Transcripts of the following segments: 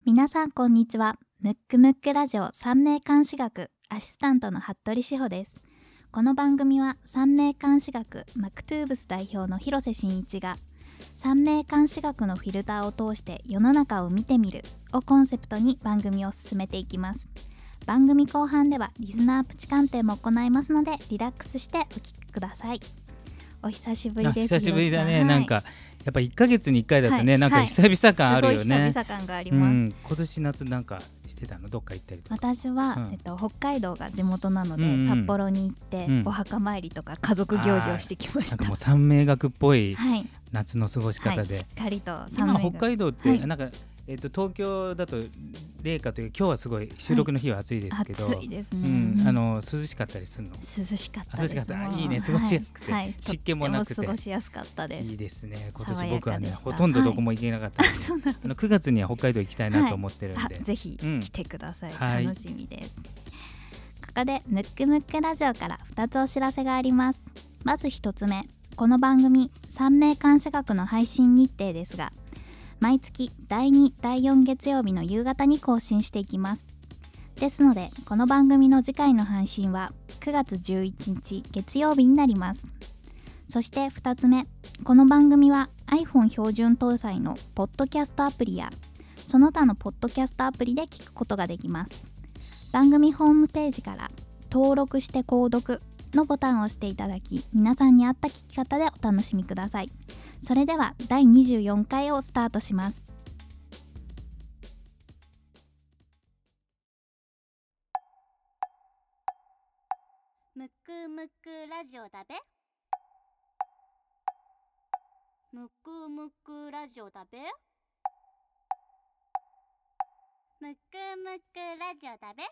皆さんこんにちは。ムックムックラジオ三名監視学アシスタントの服部志保です。この番組は三名監視学マクトゥーブス代表の広瀬真一が三名監視学のフィルターを通して世の中を見てみるをコンセプトに番組を進めていきます。番組後半ではリスナープチ鑑定も行いますのでリラックスしてお聞きください。お久しぶりです。 久しぶりだね、 はい、 なんかやっぱ1ヶ月に1回だとね、 はい、 なんか久々感あるよね、 すごい久々感があります。 今年夏なんかしてたの？どっか行ったりとか？ 私は、北海道が地元なので、札幌に行って、お墓参りとか家族行事をしてきました。 なんかもう三名学っぽい夏の過ごし方で、 しっかりと今北海道って、なんか東京だと冷夏というか今日はすごい収録の日は暑いですけど、 暑いですね、 涼しかったりするの？ 涼しかったです。 いいね、過ごしやすくて、湿気もなくて過ごしやすかったです。 いいですね。今年僕はねほとんどどこも行けなかったので、9月には北海道行きたいなと思ってるんで、 ぜひ来てください、楽しみです。ここでムックムックラジオから2つお知らせがあります。まず1つ目、この番組三名監視学の配信日程ですが、毎月第2、第4月曜日の夕方に更新していきます。ですので、この番組の次回の配信は9月11日月曜日になります。そして2つ目、この番組は iPhone 標準搭載のポッドキャストアプリやその他のポッドキャストアプリで聞くことができます。番組ホームページから登録して購読のボタンを押していただき、皆さんに合った聞き方でお楽しみください。それでは第24回をスタートします。 むくむくラジオだべ。むくむくラジオだべ。むくむくラジオだべ。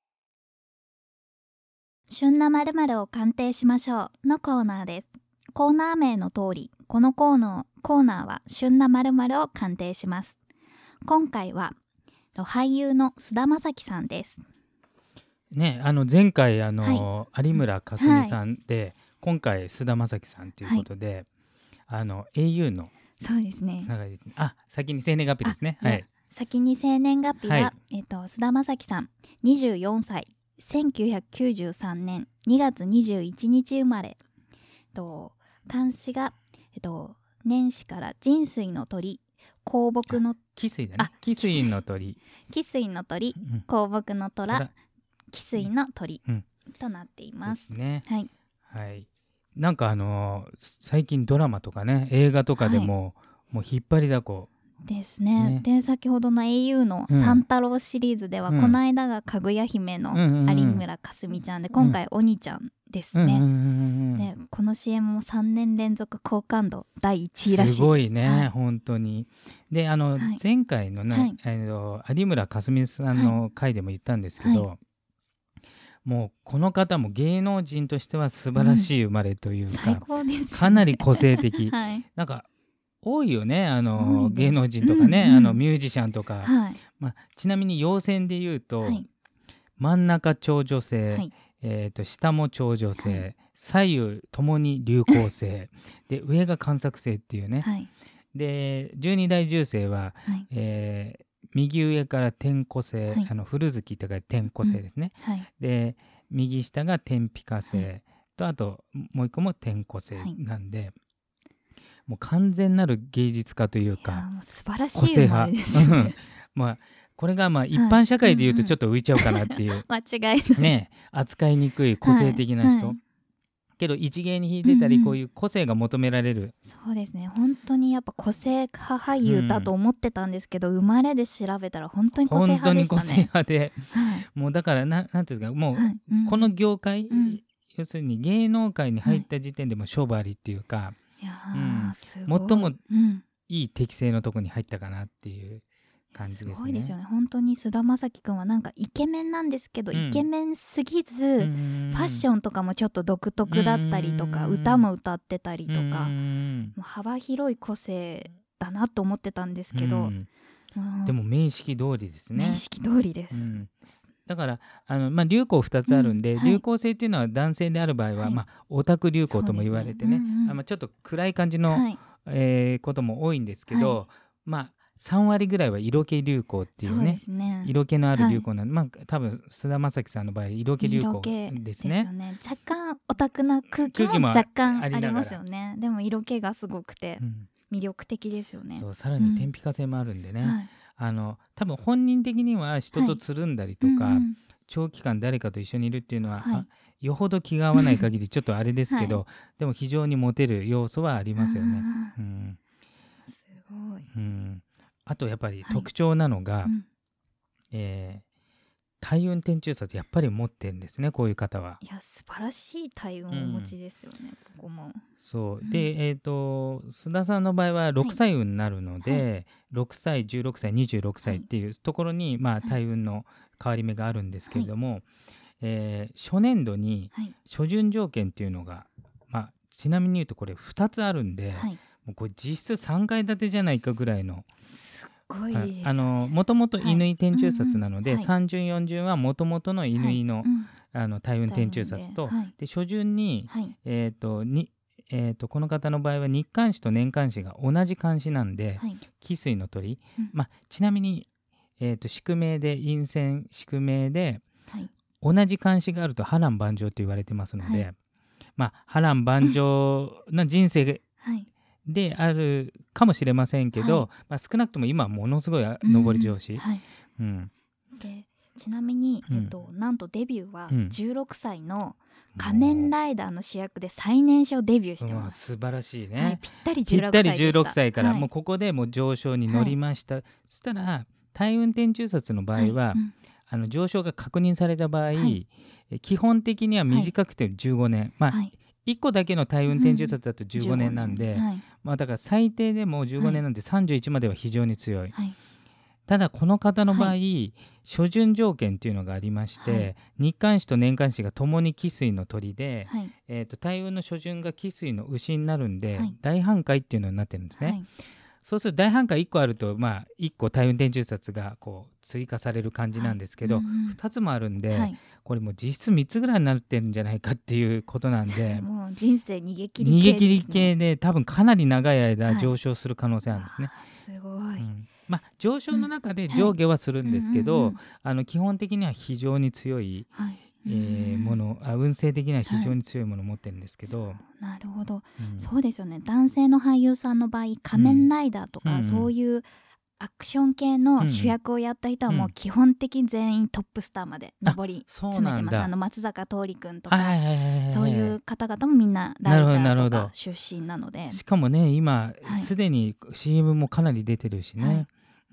旬な〇〇を鑑定しましょうのコーナーです。コーナー名の通り、このコーナーは旬な〇〇を鑑定します。今回は俳優の菅田将暉さんですね。前回有村架純さんで、今回菅田将暉さんということで、au のそうですね。 つながりですね。先に生年月日ですね。 先に生年月日は、菅田将暉さん24歳、1993年2月21日生まれ。漢詩が、年始から人水の鳥、香木の汽水だね。汽水の鳥、 汽水の鳥、香木の虎、汽水の鳥、となっています。 ですね。 はい。 なんか最近ドラマとかね、映画とかでも、もう引っ張りだこですね。で、先ほどの au の三太郎シリーズでは、この間がかぐや姫の有村架純ちゃんで、今回鬼ちゃんですね。で、この CM も3年連続好感度第1位らしいです。 すごいね、本当に。で、前回のね、有村架純さんの回でも言ったんですけど、もうこの方も芸能人としては素晴らしい生まれというか、 最高ですよね。 かなり個性的。なんか多いよね、芸能人とかね、ミュージシャンとか、ちなみに陽線で言うと、真ん中長女性、下も長女性、左右ともに流行性で、上が観作性っていうね、で12代重星は、右上から天湖星、古月とか天湖星ですね、で右下が天日火星と、あともう一個も天湖星なんで、もう完全なる芸術家というか、 素晴らしい生まれですよね。 これが一般社会でいうとちょっと浮いちゃうかなっていう、 間違いないね、扱いにくい個性的な人、けど一芸に秀でたり、こういう個性が求められる。 そうですね。本当にやっぱ個性派俳優だと思ってたんですけど、生まれで調べたら本当に個性派でしたね。 本当に個性派で、もうだからなんていうんですか、もうこの業界、要するに芸能界に入った時点でも勝負ありっていうか、最もいい適性のとこに入ったかなっていう感じですね。 すごいですよね。本当に菅田将暉くんはなんかイケメンなんですけど、イケメンすぎず、ファッションとかもちょっと独特だったりとか、歌も歌ってたりとか、もう幅広い個性だなと思ってたんですけど、 でも名式通りですね。 名式通りです。 だから流行2つあるんで、流行性っていうのは男性である場合は、オタク流行とも言われてね、ちょっと暗い感じの、ことも多いんですけど、 3割ぐらいは色気流行っていうね、色気のある流行なんで、多分菅田将暉さんの場合色気流行ですね。 若干オタクな空気も若干ありますよね。でも色気がすごくて魅力的ですよね。 そう、さらに天日化性もあるんでね、多分本人的には人とつるんだりとか、長期間誰かと一緒にいるっていうのは、よほど気が合わない限りちょっとあれですけど、でも非常にモテる要素はありますよね。 すごい。 あとやっぱり特徴なのが、大運天中殺やっぱり持ってるんですね、こういう方は。 いや素晴らしい大運をお持ちですよね、ここも。 そうで、須田さんの場合は6歳運になるので、6歳16歳26歳っていうところに、大運の変わり目があるんですけれども、初年度に初旬条件っていうのが、ちなみに言うとこれ2つあるんで、もうこれ実質3階建てじゃないかぐらいの。 すごいです。 もともと乾天中殺なので、3巡4巡はもともとの乾の、大運天中殺と、で初旬に、この方の場合は日干支と年干支が同じ干支なんで、忌水の鳥、ちなみに、宿命で陰線宿命で、同じ干支があると波乱万丈と言われてますので、波乱万丈な人生であるかもしれませんけど、少なくとも今はものすごい上り調子。 でちなみに、なんとデビューは16歳の仮面ライダーの主役で最年少デビューしてます。 素晴らしいね、 ぴったり16 歳から、もうここでもう上昇に乗りました。そしたら大運天中殺の場合は、上昇が確認された場合、基本的には短くて15年、1個だけの大運天中殺だと15年なんで、だから最低でも15年なんで31までは非常に強い。ただこの方の場合、初旬条件っていうのがありまして、日干支と年干支がともに忌水の鳥で、大運の初旬が忌水の牛になるんで、大半壊っていうのになってるんですね。そうすると大半壊1個あると、1個大運天中殺がこう追加される感じなんですけど、2つもあるんで、これもう実質3つぐらいになってるんじゃないかっていうことなんでもう人生逃げ切り系ですね。 逃げ切り系で多分かなり長い間上昇する可能性あるんですね。 すごい。 上昇の中で上下はするんですけど、基本的には非常に強い、もの、運勢的には非常に強いものを持ってるんですけど、 なるほど、そうですよね。男性の俳優さんの場合仮面ライダーとか、そういうアクション系の主役をやった人はもう基本的に全員トップスターまで上り詰めてます。松坂桃李君とか、そういう方々もみんなライダーとか出身なので、 しかもね今すでに CM もかなり出てるしね。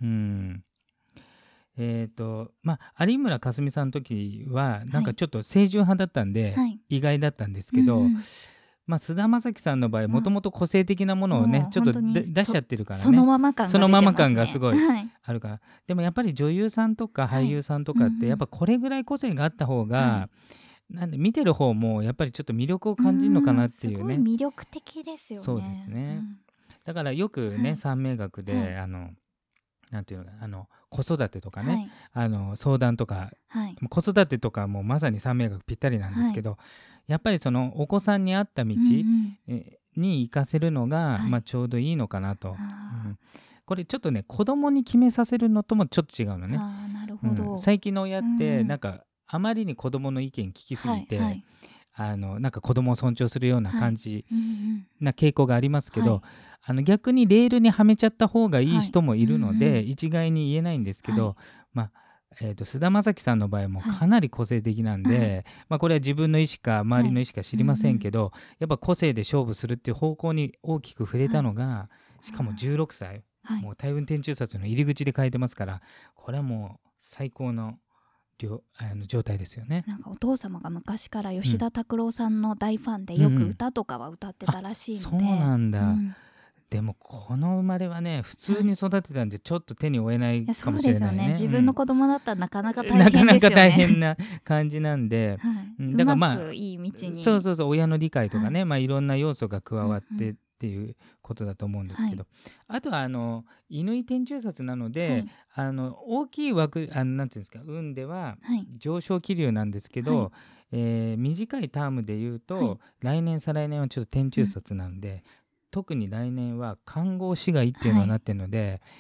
有村架純さんの時はなんかちょっと清純派だったんで、意外だったんですけど、菅田将暉さんの場合もともと個性的なものをねちょっと出しちゃってるからね、 そのまま感がすごいあるから、でもやっぱり女優さんとか俳優さんとかってやっぱこれぐらい個性があった方が、なんで見てる方もやっぱりちょっと魅力を感じるのかなっていうね。 すごい魅力的ですよね。 そうですね、だからよくね、三名学で、なんていうのかな、子育てとかね、相談とか、子育てとかもまさに三名学ぴったりなんですけど、やっぱりそのお子さんに合った道に行かせるのが、ちょうどいいのかなと。これちょっとね子供に決めさせるのともちょっと違うのね。 なるほど。 最近の親ってなんかあまりに子供の意見聞きすぎて、なんか子供を尊重するような感じな傾向がありますけど、逆にレールにはめちゃった方がいい人もいるので、一概に言えないんですけど、菅田将暉さんの場合もかなり個性的なんで、これは自分の意思か周りの意思か知りませんけど、やっぱ個性で勝負するっていう方向に大きく触れたのが、しかも16歳、もう大運天中殺の入り口で書いてますから、これはもう最高の状態ですよね。 なんかお父様が昔から吉田拓郎さんの大ファンで、よく歌とかは歌ってたらしいので。 そうなんだ、でもこの生まれはね普通に育てたんでちょっと手に負えないかもしれないね。 そうですよね。自分の子供だったらなかなか大変ですよね。 なかなか大変な感じなんで、 だからうまくいい道に、 そう親の理解とかね、いろんな要素が加わってっていうことだと思うんですけど、あとは乾天中殺なので、大きい枠なんていうんですか、運では上昇気流なんですけど、短いタームで言うと、来年再来年はちょっと天中殺なんで、特に来年は官合市街っていうのになってるので、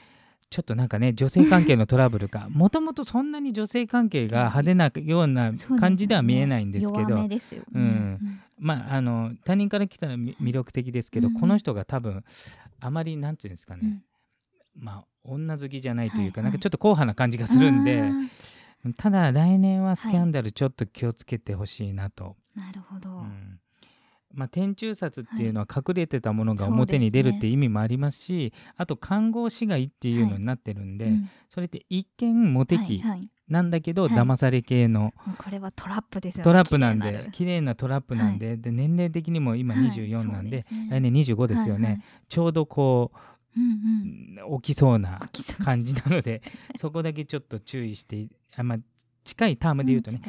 ちょっとなんかね女性関係のトラブルかもともとそんなに女性関係が派手なような感じでは見えないんですけど、 弱めですよね。 まあ他人から来たら魅力的ですけど、この人が多分あまりなんていうんですかね、まあ女好きじゃないというか、なんかちょっと硬派な感じがするんで、ただ来年はスキャンダルちょっと気をつけてほしいなと。 なるほど。 まあ、天中殺っていうのは隠れてたものが表に出るっていう意味もありますし、あと看護師害っていうのになってるんで、それって一見モテ期なんだけど、騙され系のこれはトラップですよね。 トラップなんで、綺麗なトラップなんで、で年齢的にも今24なんで、来年25ですよね。ちょうどこう起きそうな感じなので、そこだけちょっと注意して、まあ、近いタームで言うとね、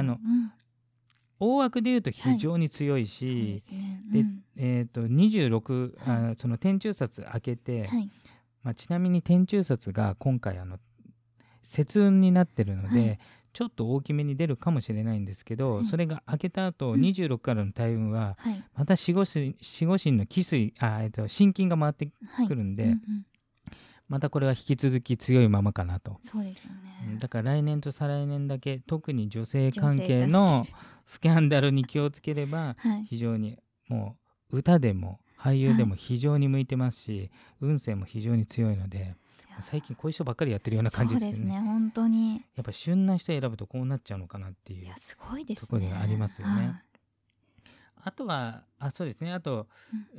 大枠で言うと非常に強いし、26、その天中殺開けて、まあ、ちなみに天中殺が今回節運になってるので、ちょっと大きめに出るかもしれないんですけど、それが開けた後、26からの大運はまた守護神の気水心金が回ってくるんで、またこれは引き続き強いままかなと。 そうですよね。 だから来年と再来年だけ特に女性関係のスキャンダルに気をつければ、非常にもう歌でも俳優でも非常に向いてますし、運勢も非常に強いので、最近こういう人ばっかりやってるような感じですね。 そうですね、本当にやっぱ旬な人選ぶとこうなっちゃうのかなっていうすごいですね、 ところがありますよね。あとはそうですね、あと、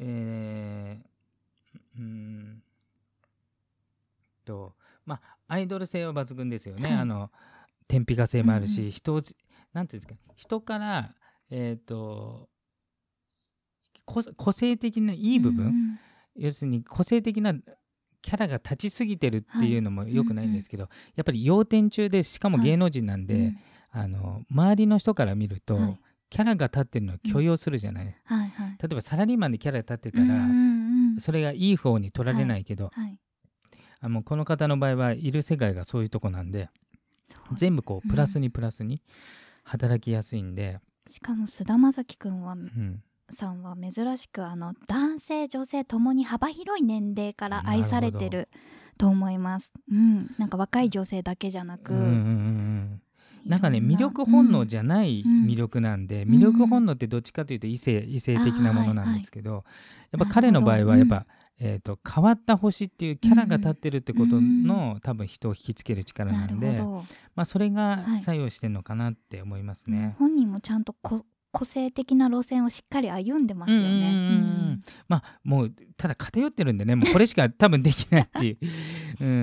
まあアイドル性は抜群ですよね。天日性もあるし、なんていうんですか、人から個性的ないい部分、要するに個性的なキャラが立ちすぎてるっていうのも良くないんですけど、やっぱり要点中で、しかも芸能人なんで、周りの人から見ると、キャラが立ってるのを許容するじゃない、例えばサラリーマンでキャラ立ってたら、それがいい方に取られないけど、この方の場合はいる世界がそういうとこなんで、全部こうプラスに働きやすいんで、 しかも菅田将暉君は、さんは珍しく男性女性ともに幅広い年齢から愛されてると思います。なんか若い女性だけじゃなく、 なんかね、魅力本能じゃない魅力なんで、魅力本能ってどっちかというと異性的なものなんですけど、やっぱ彼の場合はやっぱ、変わった星っていうキャラが立ってるってことの、多分人を引きつける力なんで、まあ、それが作用してるのかなって思いますね。 本人もちゃんと個性的な路線をしっかり歩んでますよね。 まあもうただ偏ってるんでね、もうこれしか多分できないっていう、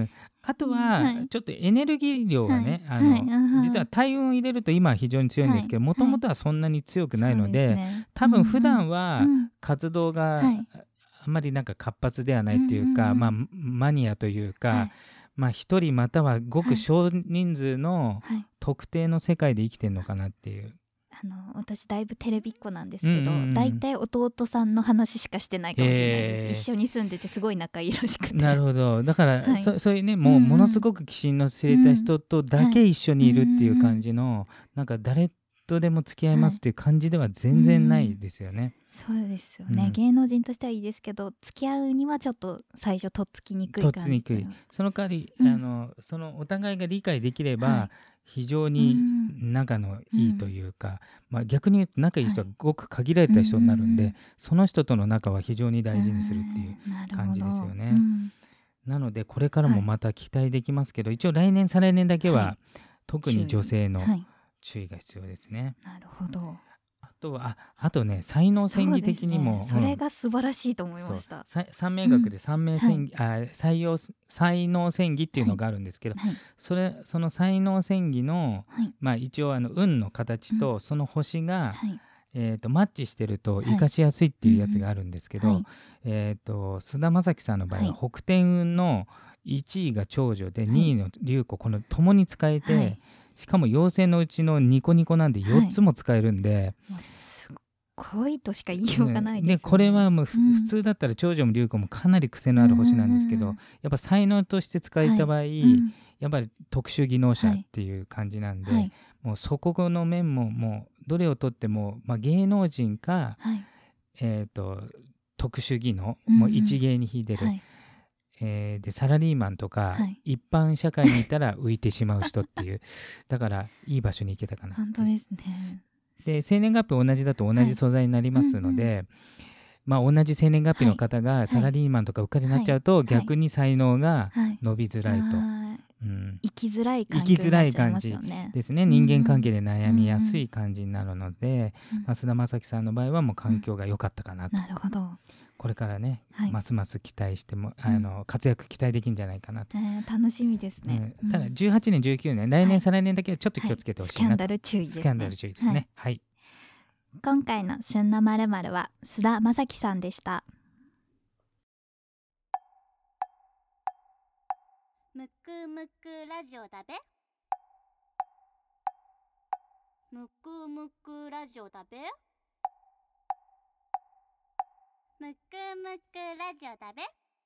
あとはちょっとエネルギー量がね、実は大運を入れると今は非常に強いんですけど、もともとはそんなに強くないので、多分普段は活動があんまりなんか活発ではないというか、まあマニアというか、まあ一人またはごく少人数の特定の世界で生きてるのかなっていう。 私だいぶテレビっ子なんですけど、だいたい弟さんの話しかしてないかもしれないです。一緒に住んでてすごい仲いいらしくて。 なるほど。だから、そういうね、ものすごく気心の知れた人とだけ一緒にいるっていう感じの、なんか誰とでも付き合いますっていう感じでは全然ないですよね。 そうですよね、芸能人としてはいいですけど、付き合うにはちょっと最初とっつきにくい感じ。とっつきにくい。 その代わり、そのお互いが理解できれば、非常に仲のいいというか、まあ、逆に言うと仲いい人はごく限られた人になるんで、その人との仲は非常に大事にするっていう感じですよね。なのでこれからもまた期待できますけど、一応来年再来年だけは、特に女性の注意が必要ですね。 なるほど。 あとね、才能戦技的にも、 それが素晴らしいと思いました。 三名学で才能戦技っていうのがあるんですけど、その才能戦技の、まあ、一応運の形とその星が、マッチしてると生かしやすいっていうやつがあるんですけど、菅田将暉さんの場合は北天運の1位が長女で2位の龍子、この共に使えて、しかも妖精のうちのニコニコなんで4つも使えるんで、 すごいとしか言いようがないですね。 でこれはもう普通だったら長女も龍子もかなり癖のある星なんですけど、やっぱ才能として使えた場合、やっぱり特殊技能者っていう感じなんで、もうそこの面ももうどれをとっても、まあ、芸能人か、特殊技能、もう一芸に秀でる、 でサラリーマンとか、一般社会にいたら浮いてしまう人っていうだからいい場所に行けたかな。 本当ですね。 で生年月日同じだと同じ素材になりますので、同じ生年月日の方がサラリーマンとかうっかりになっちゃうと、逆に才能が伸びづらいと、 生きづらい環境になっちゃいますよね。 ですね。人間関係で悩みやすい感じになるので、増田正樹さんの場合はもう環境が良かったかなと。 なるほど。 これからね、ますます期待しても活躍期待できるんじゃないかなと。 楽しみですね。 ただ18年19年来年再来年だけはちょっと気をつけてほしいなと。 スキャンダル注意ですね。 スキャンダル注意ですね。はい。 今回の旬な〇〇は須田正樹さんでした。 むくむくラジオだべ。むくむくラジオだべ。むくむくラジオだべ。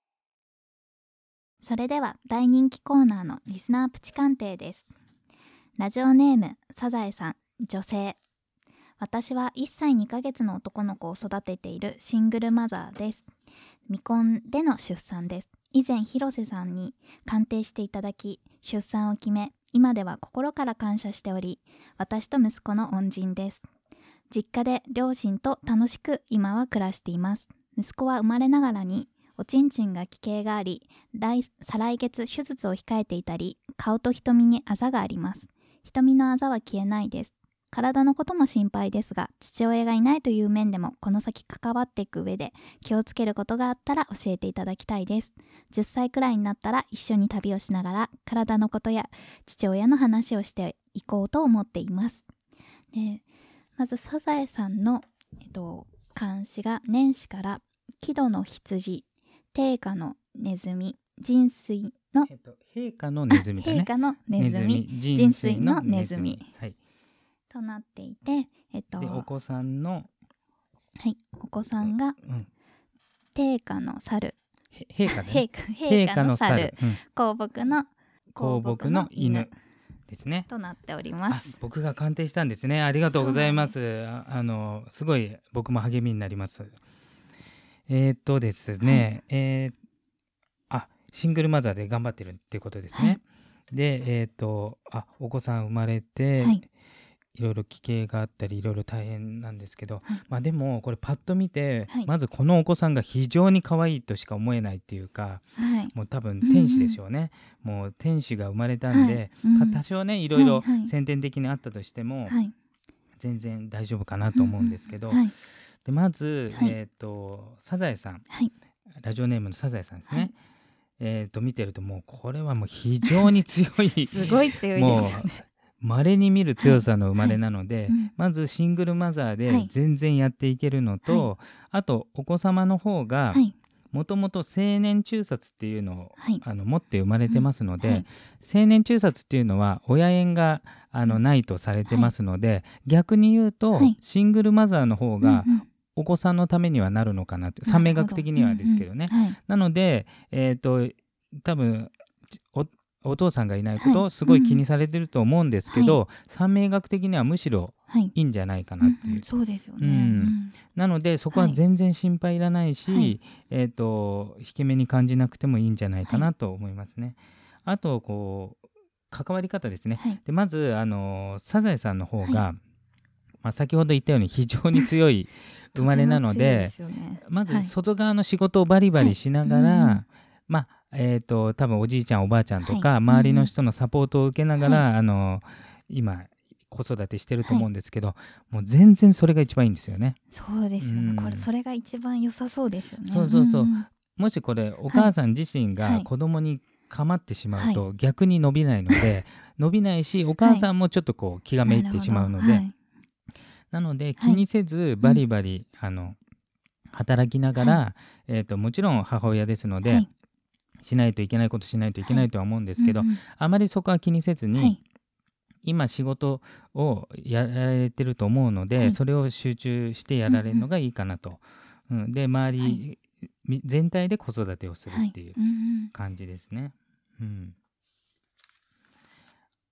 それでは大人気コーナーのリスナープチ鑑定です。ラジオネームサザエさん、女性。私は1歳2ヶ月の男の子を育てているシングルマザーです。未婚での出産です。以前広瀬さんに鑑定していただき、出産を決め、今では心から感謝しており、私と息子の恩人です。実家で両親と楽しく今は暮らしています。息子は生まれながらにおちんちんが奇形があり、再来月手術を控えていたり、顔と瞳にあざがあります。瞳のあざは消えないです。体のことも心配ですが、父親がいないという面でもこの先関わっていく上で気をつけることがあったら教えていただきたいです。10歳くらいになったら一緒に旅をしながら体のことや父親の話をしていこうと思っています。で、まずサザエさんの、漢詩が年始から木戸の羊、定家のネズミ、人水の、 陛下のネズミだね。 陛下のネズミ、人水のネズミ、 はい、 となっていて、 でお子さんの、 はい、お子さんが、定家の猿、 陛下だね。 陛下の猿、香木の犬ですね。 となっております。 僕が鑑定したんですね。ありがとうございます。すごい僕も励みになります。ですね、シングルマザーで頑張ってるっていうことですね。で、お子さん生まれて、いろいろ奇形があったりいろいろ大変なんですけど、でもこれパッと見て、まずこのお子さんが非常に可愛いとしか思えないっていうか、もう多分天使でしょうね。もう天使が生まれたんで、多少ねいろいろ先天的にあったとしても、全然大丈夫かなと思うんですけど、でまず、サザエさん、ラジオネームのサザエさんですね。見てるともうこれはもう非常に強いすごい強いですよね。 稀に見る強さの生まれなので、まずシングルマザーで全然やっていけるのと、あとお子様の方がもともと青年中殺っていうのを、持って生まれてますので、青年中殺っていうのは親縁がないとされてますので、逆に言うと、シングルマザーの方がお子さんのためにはなるのかなって、三名学的にはですけどね。なので、多分お父さんがいないことをすごい気にされてると思うんですけど、三名学的にはむしろいいんじゃないかなっていう。 そうですよね。 なのでそこは全然心配いらないし、引け目に感じなくてもいいんじゃないかなと思いますね。あとこう関わり方ですね。でまずサザエさんの方が、先ほど言ったように非常に強い生まれなので、まず外側の仕事をバリバリしながら、多分おじいちゃんおばあちゃんとか、周りの人のサポートを受けながら、今子育てしてると思うんですけど、もう全然それが一番いいんですよね。 そうですよね。それが一番良さそうですよね。 そう。もしこれお母さん自身が子供に構ってしまうと逆に伸びないので、伸びないしお母さんもちょっとこう気がめいってしまうので、なので気にせずバリバリ働きながら、もちろん母親ですので、しないといけないことしないといけないとは思うんですけど、あまりそこは気にせずに、今仕事をやられてると思うので、それを集中してやられるのがいいかなと。で周り、全体で子育てをするっていう感じですね。 じ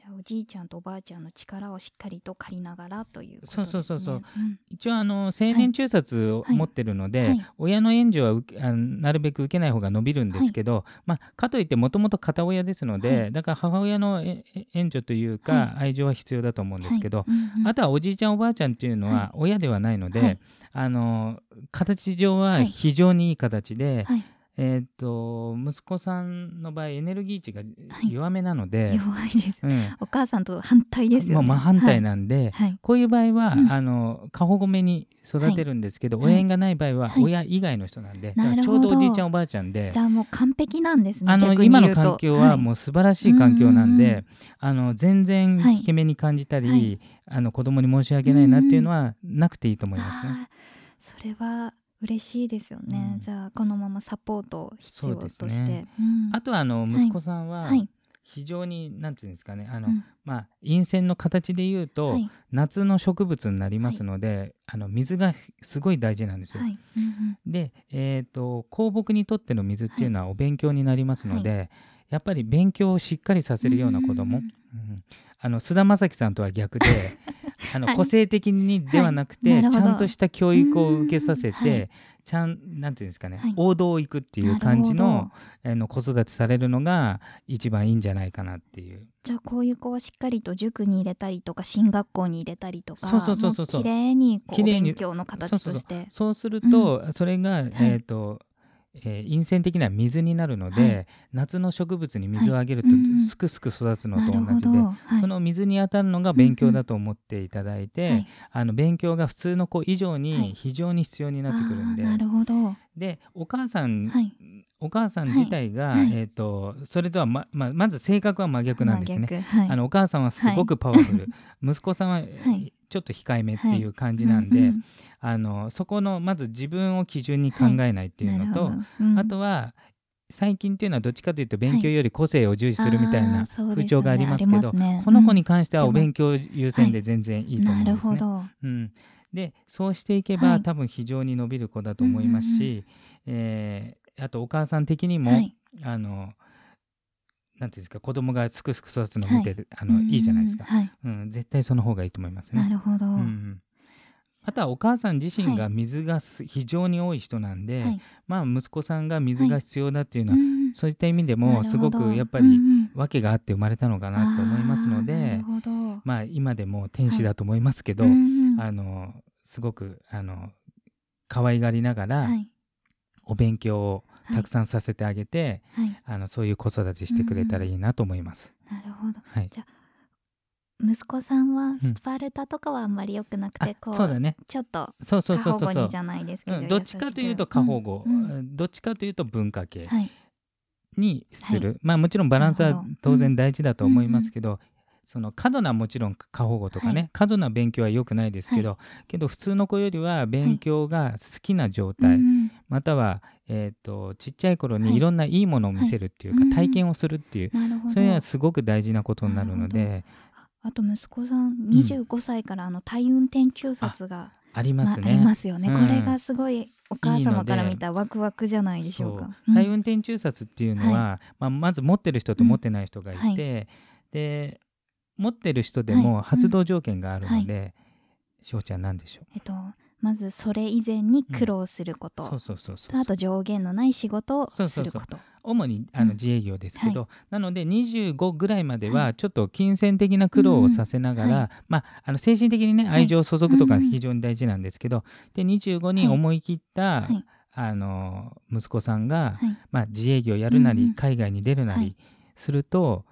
じゃあおじいちゃんとおばあちゃんの力をしっかりと借りながらということですね。 そう、一応成年中殺を持ってるので、親の援助はなるべく受けない方が伸びるんですけど、かといってもともと片親ですので、だから母親の援助というか、愛情は必要だと思うんですけど、あとはおじいちゃんおばあちゃんっていうのは親ではないので、形上は非常にいい形で、息子さんの場合エネルギー値が弱めなので、 弱いです、お母さんと反対ですよね。 真反対なんで、こういう場合は、過保護めに育てるんですけど、親縁がない場合は親以外の人なんで、ちょうどおじいちゃんおばあちゃんで、 じゃあもう完璧なんですね。 今の環境はもう素晴らしい環境なんで、全然引け目に感じたり、子供に申し訳ないなっていうのはなくていいと思いますね。 それは嬉しいですよね。じゃあこのままサポートを必要として、 あとは息子さんは非常になんていうんですかね、陰線の形でいうと、夏の植物になりますので、水がすごい大事なんですよ。で、香木にとっての水っていうのはお勉強になりますので、やっぱり勉強をしっかりさせるような子供、菅田将暉さんとは逆で個性的にではなくて、ちゃんとした教育を受けさせて、なんていうんですかね、王道を行くっていう感じの子育てされるのが一番いいんじゃないかなっていう。 じゃあこういう子はしっかりと塾に入れたりとか進学校に入れたりとか、きれいに勉強の形として、 そうすると、それが陰線的な水になるので、夏の植物に水をあげるとすくすく育つのと同じで、その水に当たるのが勉強だと思っていただいて、勉強が普通の子以上に非常に必要になってくるんで、でお母さん自体が、それとはまず性格は真逆なんですね。お母さんはすごくパワフル、息子さんはちょっと控えめっていう感じなんで、そこのまず自分を基準に考えないっていうのと、あとは最近っていうのはどっちかというと勉強より個性を重視するみたいな風潮がありますけど、この子に関してはお勉強優先で全然いいと思うんですね。でそうしていけば、多分非常に伸びる子だと思いますし、あとお母さん的にも、なんていうんですか、子供がすくすく育つのを見て、いいじゃないですか。絶対その方がいいと思いますね。 なるほど。 あとはお母さん自身が水が非常に多い人なんで、息子さんが水が必要だっていうのは、そういった意味でもすごくやっぱり訳があって生まれたのかなと思いますので、今でも天使だと思いますけど、すごく可愛がりながらお勉強をたくさんさせてあげて、そういう子育てしてくれたらいいなと思います。 なるほど。じゃあ息子さんはスパルタとかはあんまり良くなくて、 そうだね、 ちょっと過保護にじゃないですけど、 どっちかというと過保護、どっちかというと文化系にする、もちろんバランスは当然大事だと思いますけど、その過度なもちろん過保護とかね、過度な勉強は良くないですけど、普通の子よりは勉強が好きな状態、またはちっちゃい頃にいろんないいものを見せるっていうか、体験をするっていう、それはすごく大事なことになるので。 あと息子さん25歳から体運転中殺がありますね。 ありますよね。これがすごいお母様から見たらワクワクじゃないでしょうか。 体運転中殺っていうのは、まず持ってる人と持ってない人がいて、で持ってる人でも発動条件があるので、しょうちゃん何でしょう。 まずそれ以前に苦労すること、あと上限のない仕事をすること、 主に自営業ですけど、なので25ぐらいまではちょっと金銭的な苦労をさせながら、精神的にね愛情を注ぐとか非常に大事なんですけど、で25に思い切った、息子さんが、自営業やるなり、海外に出るなりすると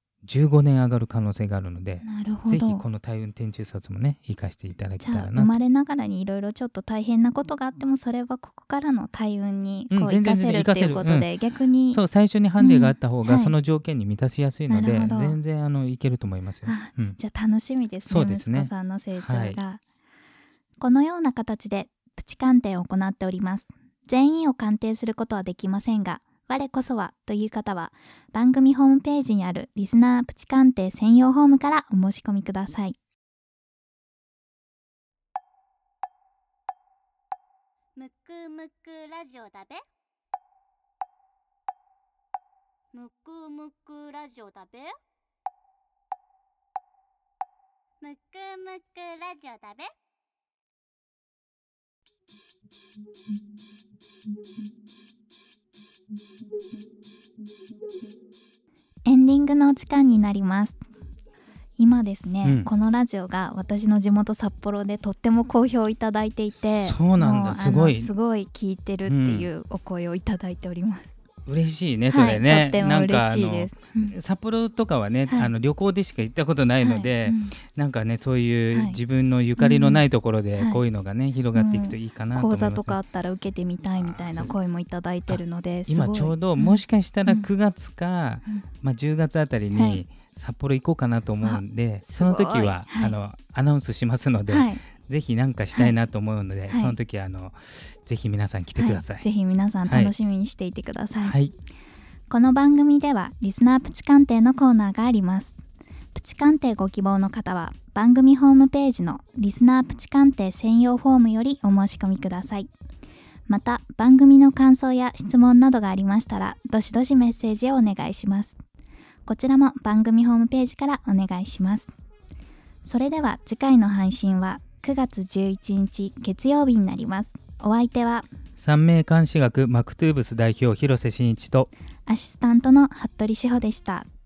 15年上がる可能性があるので、ぜひこの体運転中殺もね生かしていただけたらなと。 生まれながらにいろいろちょっと大変なことがあっても、それはここからの体運に生かせるっていうことで、逆にそう最初にハンデがあった方がその条件に満たしやすいので、全然いけると思いますよ。 じゃあ楽しみですね、息子さんの成長が。このような形でプチ鑑定を行っております。全員を鑑定することはできませんが、我こそはという方は番組ホームページにあるリスナープチ鑑定専用フォームからお申し込みください。 むくむくラジオだべ。むくむくラジオだべ。 むくむくラジオだべ。 エンディングのお時間になります。今ですね、このラジオが私の地元札幌でとっても好評いただいていて、 そうなんだ、すごい聞いてるっていうお声をいただいております。 嬉しいね、それね、 とっても嬉しいです。 札幌とかはね、旅行でしか行ったことないので、なんかね、そういう自分のゆかりのないところでこういうのがね、広がっていくといいかなと思います。 講座とかあったら受けてみたいみたいな声もいただいてるので、 今ちょうどもしかしたら9月か、10月あたりに札幌行こうかなと思うんで、その時はアナウンスしますので、ぜひ何かしたいなと思うので、その時ぜひ皆さん来てください。 ぜひ皆さん楽しみにしていてください。この番組ではリスナープチ鑑定のコーナーがあります。プチ鑑定ご希望の方は番組ホームページのリスナープチ鑑定専用フォームよりお申し込みください。また番組の感想や質問などがありましたら、どしどしメッセージをお願いします。こちらも番組ホームページからお願いします。それでは次回の配信は9月11日月曜日になります。お相手は三名監視学マクトゥーブス代表広瀬真一とアシスタントの服部志保でした。